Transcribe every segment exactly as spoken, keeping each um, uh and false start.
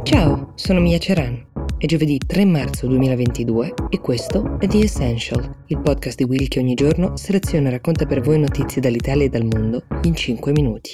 Ciao, sono Mia Ceran. È giovedì tre marzo duemilaventidue e questo è The Essential, il podcast di Will che ogni giorno seleziona e racconta per voi notizie dall'Italia e dal mondo in cinque minuti.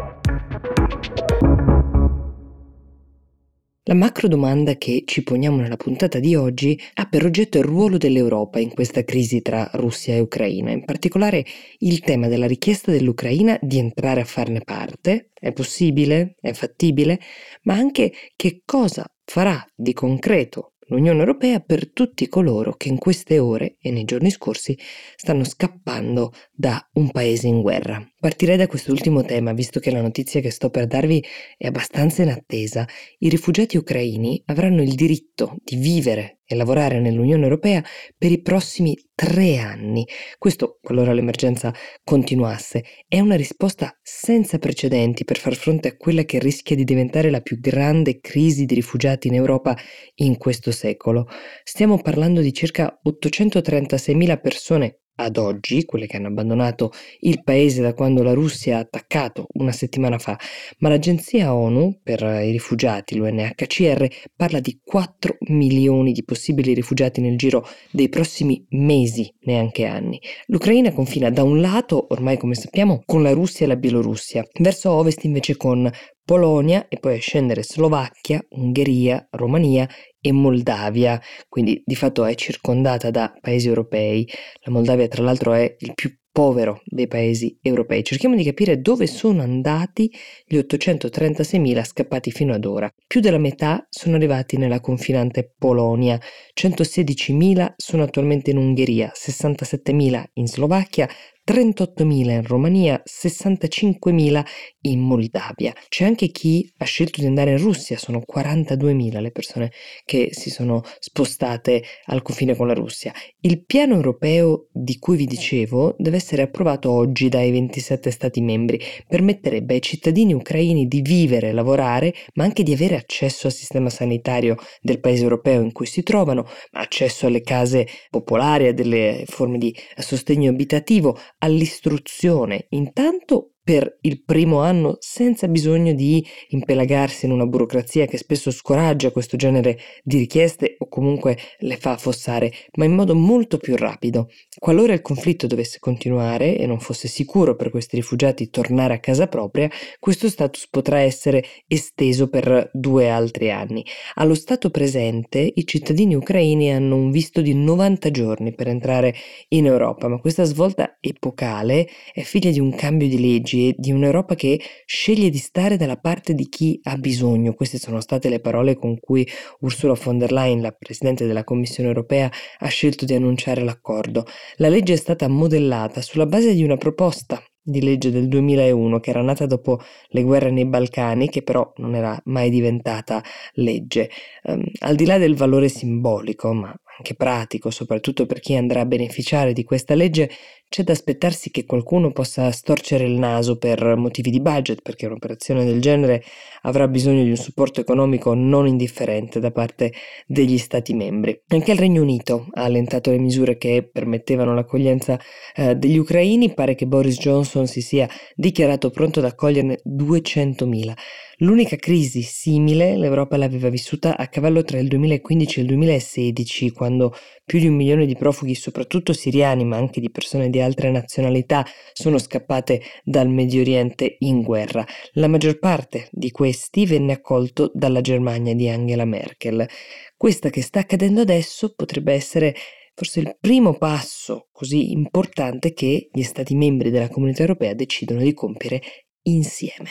La macro domanda che ci poniamo nella puntata di oggi ha per oggetto il ruolo dell'Europa in questa crisi tra Russia e Ucraina, in particolare il tema della richiesta dell'Ucraina di entrare a farne parte. È possibile? È fattibile? Ma anche che cosa farà di concreto l'Unione Europea per tutti coloro che in queste ore e nei giorni scorsi stanno scappando da un paese in guerra. Partirei da quest'ultimo tema, visto che la notizia che sto per darvi è abbastanza in attesa. I rifugiati ucraini avranno il diritto di vivere e lavorare nell'Unione Europea per i prossimi tre anni. Questo, qualora l'emergenza continuasse, è una risposta senza precedenti per far fronte a quella che rischia di diventare la più grande crisi di rifugiati in Europa in questo secolo. Stiamo parlando di circa ottocentotrentasei persone ad oggi, quelle che hanno abbandonato il paese da quando la Russia ha attaccato una settimana fa, ma l'agenzia ONU per i rifugiati, l'U N H C R, parla di quattro milioni di possibili rifugiati nel giro dei prossimi mesi, neanche anni. L'Ucraina confina da un lato, ormai come sappiamo, con la Russia e la Bielorussia, verso ovest invece con Polonia e poi a scendere Slovacchia, Ungheria, Romania e Moldavia, quindi di fatto è circondata da paesi europei. La Moldavia tra l'altro è il più povero dei paesi europei. Cerchiamo di capire dove sono andati gli ottocentotrentasei scappati fino ad ora. Più della metà sono arrivati nella confinante Polonia, centosedicimila sono attualmente in Ungheria, sessantasettemila in Slovacchia, trentottomila in Romania, sessantacinquemila in Moldavia. C'è anche chi ha scelto di andare in Russia, sono quarantaduemila le persone che si sono spostate al confine con la Russia. Il piano europeo di cui vi dicevo deve essere approvato oggi dai ventisette Stati membri. Permetterebbe ai cittadini ucraini di vivere, lavorare, ma anche di avere accesso al sistema sanitario del paese europeo in cui si trovano, accesso alle case popolari, a delle forme di sostegno abitativo, all'istruzione, intanto per il primo anno senza bisogno di impelagarsi in una burocrazia che spesso scoraggia questo genere di richieste o comunque le fa affossare, ma in modo molto più rapido. Qualora il conflitto dovesse continuare e non fosse sicuro per questi rifugiati tornare a casa propria, questo status potrà essere esteso per due altri anni. Allo stato presente i cittadini ucraini hanno un visto di novanta giorni per entrare in Europa, ma questa svolta epocale è figlia di un cambio di leggi e di un'Europa che sceglie di stare dalla parte di chi ha bisogno. Queste sono state le parole con cui Ursula von der Leyen, la Presidente della Commissione europea, ha scelto di annunciare l'accordo. La legge è stata modellata sulla base di una proposta di legge del duemilauno che era nata dopo le guerre nei Balcani, che però non era mai diventata legge. Um, al di là del valore simbolico, ma anche pratico, soprattutto per chi andrà a beneficiare di questa legge, c'è da aspettarsi che qualcuno possa storcere il naso per motivi di budget, perché un'operazione del genere avrà bisogno di un supporto economico non indifferente da parte degli Stati membri. Anche il Regno Unito ha allentato le misure che permettevano l'accoglienza eh, degli ucraini. Pare che Boris Johnson si sia dichiarato pronto ad accoglierne duecentomila. L'unica crisi simile l'Europa l'aveva vissuta a cavallo tra il duemilaquindici e il duemilasedici, quando più di un milione di profughi, soprattutto siriani, ma anche di persone di altre nazionalità, sono scappate dal Medio Oriente in guerra. La maggior parte di questi venne accolto dalla Germania di Angela Merkel. Questa che sta accadendo adesso potrebbe essere forse il primo passo così importante che gli Stati membri della Comunità Europea decidono di compiere insieme.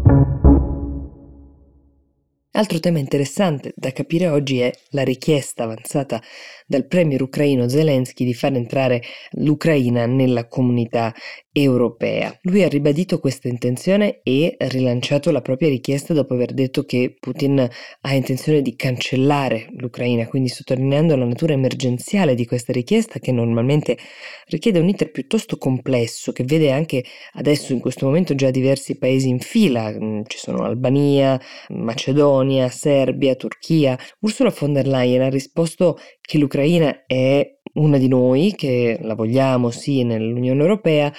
Altro tema interessante da capire oggi è la richiesta avanzata dal premier ucraino Zelensky di far entrare l'Ucraina nella comunità europea. Lui ha ribadito questa intenzione e rilanciato la propria richiesta dopo aver detto che Putin ha intenzione di cancellare l'Ucraina, quindi sottolineando la natura emergenziale di questa richiesta, che normalmente richiede un iter piuttosto complesso, che vede anche adesso in questo momento già diversi paesi in fila. Ci sono Albania, Macedonia, Serbia, Turchia. Ursula von der Leyen ha risposto che l'Ucraina è una di noi, che la vogliamo sì nell'Unione Europea,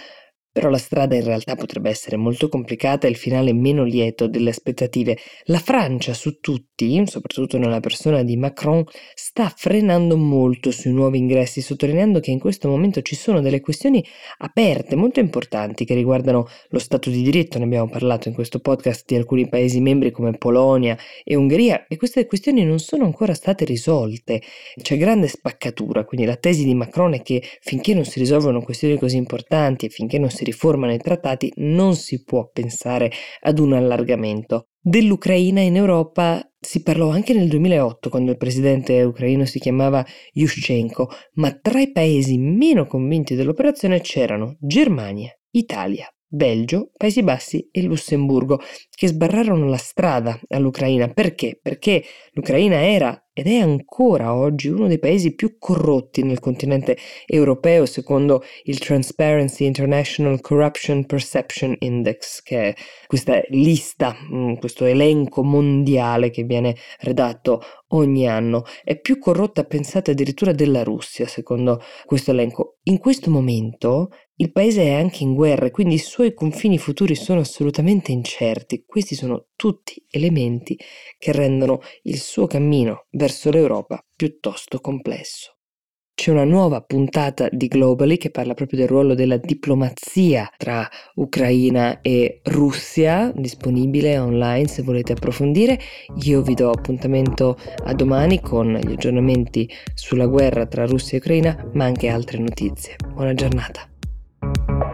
Però la strada in realtà potrebbe essere molto complicata e il finale meno lieto delle aspettative. La Francia su tutti, soprattutto nella persona di Macron, sta frenando molto sui nuovi ingressi, sottolineando che in questo momento ci sono delle questioni aperte molto importanti che riguardano lo Stato di diritto. Ne abbiamo parlato in questo podcast di alcuni paesi membri come Polonia e Ungheria e queste questioni non sono ancora state risolte. C'è grande spaccatura, quindi la tesi di Macron è che finché non si risolvono questioni così importanti e finché non si riformano i trattati non si può pensare ad un allargamento. Dell'Ucraina in Europa si parlò anche nel duemilaotto, quando il presidente ucraino si chiamava Yushchenko, ma tra i paesi meno convinti dell'operazione c'erano Germania, Italia, Belgio, Paesi Bassi e Lussemburgo, che sbarrarono la strada all'Ucraina. Perché? Perché l'Ucraina era ed è ancora oggi uno dei paesi più corrotti nel continente europeo, secondo il Transparency International Corruption Perception Index, che è questa lista, questo elenco mondiale che viene redatto ogni anno. È più corrotta, pensate, addirittura della Russia, secondo questo elenco. In questo momento il paese è anche in guerra e quindi i suoi confini futuri sono assolutamente incerti. Questi sono tutti elementi che rendono il suo cammino verso l'Europa piuttosto complesso. C'è una nuova puntata di Globally che parla proprio del ruolo della diplomazia tra Ucraina e Russia, disponibile online se volete approfondire. Io vi do appuntamento a domani con gli aggiornamenti sulla guerra tra Russia e Ucraina, ma anche altre notizie. Buona giornata.